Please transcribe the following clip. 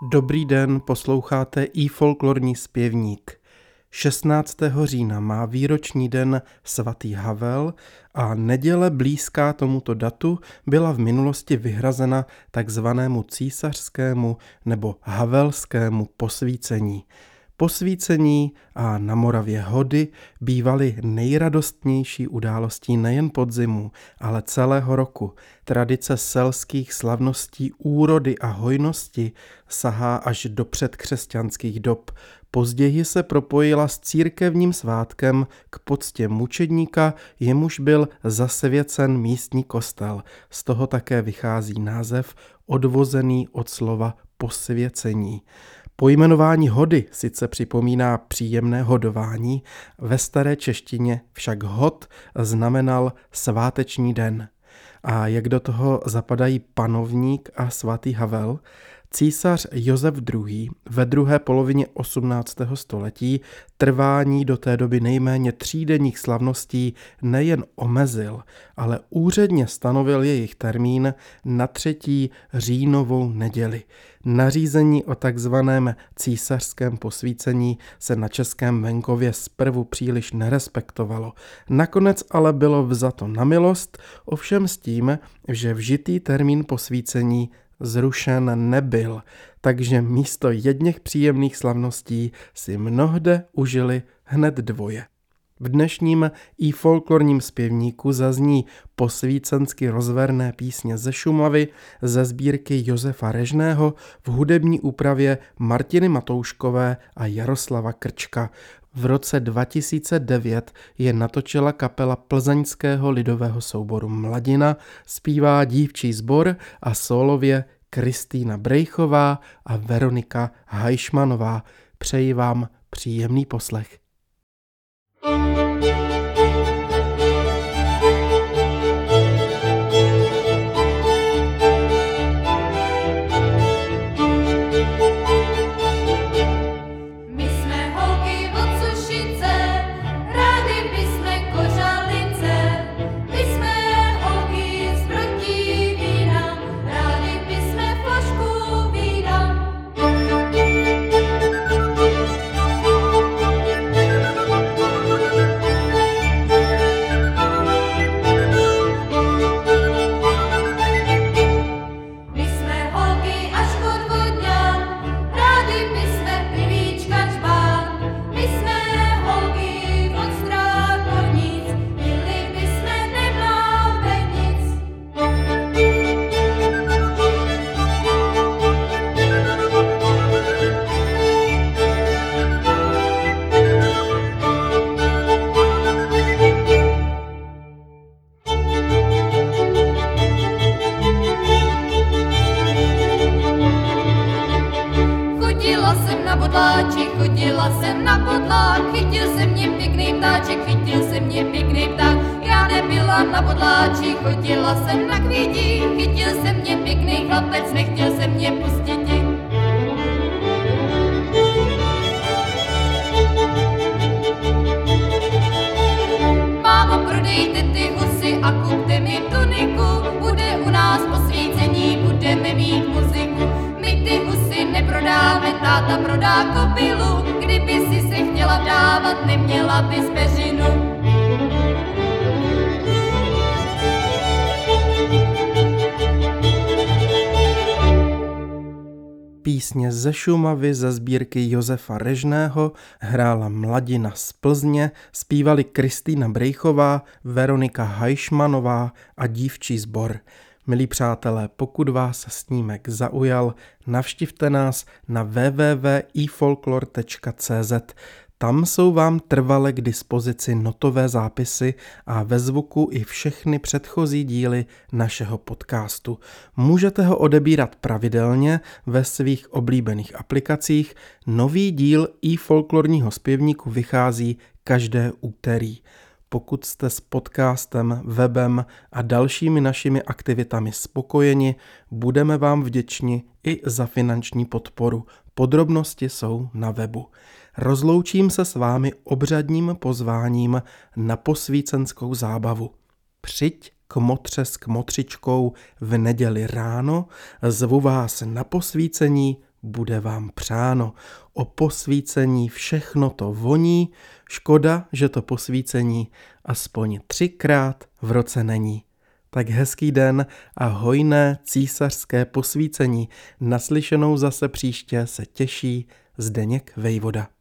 Dobrý den, posloucháte iFolklorní zpěvník. 16. října má výroční den svatý Havel a neděle blízká tomuto datu byla v minulosti vyhrazena takzvanému císařskému nebo havelskému posvícení. Posvícení a na Moravě hody bývaly nejradostnější událostí nejen podzimu, ale celého roku. Tradice selských slavností úrody a hojnosti sahá až do předkřesťanských dob. Později se propojila s církevním svátkem k poctě mučedníka, jemuž byl zasvěcen místní kostel. Z toho také vychází název odvozený od slova posvěcení. Pojmenování hody sice připomíná příjemné hodování, ve staré češtině však hod znamenal sváteční den. A jak do toho zapadají panovník a svatý Havel? Císař Josef II. Ve druhé polovině 18. století trvání do té doby nejméně třídenních slavností nejen omezil, ale úředně stanovil jejich termín na 3. říjnovou neděli. Nařízení o takzvaném císařském posvícení se na českém venkově zprvu příliš nerespektovalo. Nakonec ale bylo vzato na milost, ovšem s tím, že vžitý termín posvícení zrušen nebyl, takže místo jedněch příjemných slavností si mnohde užili hned dvoje. V dnešním iFolklorním zpěvníku zazní posvícensky rozverné písně ze Šumavy ze sbírky Josefa Režného v hudební úpravě Martiny Matouškové a Jaroslava Krčka. V roce 2009 je natočila kapela plzeňského lidového souboru Mladina, zpívá dívčí sbor a sólově Kristýna Brejchová a Veronika Hajšmanová. Přeji vám příjemný poslech. Chodila jsem na bodlák, chytil se mě pěkný ptáček, chytil se mě pěkný pták. Já nebyla na bodláči, chodila jsem na kvítí, chytil se mě pěkný chlapec, nechtěl se mě pustit. Mámo, prodejte ty husy a kupte mi tuniku, bude u nás posvícení, budeme mít muziku. My ty husy neprodáme, táta prodá kobylu, kdyby si se chtěla vdávat, neměla bys peřinu. Písně ze Šumavy ze sbírky Josefa Režného hrála Mladina z Plzně, zpívali Kristýna Brejchová, Veronika Hajšmanová a dívčí sbor. Milí přátelé, pokud vás snímek zaujal, navštivte nás na www.ifolklor.cz. Tam jsou vám trvale k dispozici notové zápisy a ve zvuku i všechny předchozí díly našeho podcastu. Můžete ho odebírat pravidelně ve svých oblíbených aplikacích. Nový díl iFolklorního zpěvníku vychází každé úterý. Pokud jste s podcastem, webem a dalšími našimi aktivitami spokojeni, budeme vám vděční i za finanční podporu. Podrobnosti jsou na webu. Rozloučím se s vámi obřadním pozváním na posvícenskou zábavu. Přijď k motře s kmotřičkou v neděli ráno, zvu vás na posvícení bude vám přáno. O posvícení všechno to voní, škoda, že to posvícení aspoň 3krát v roce není. Tak hezký den a hojné císařské posvícení. Naslyšenou zase příště se těší Zdeněk Vejvoda.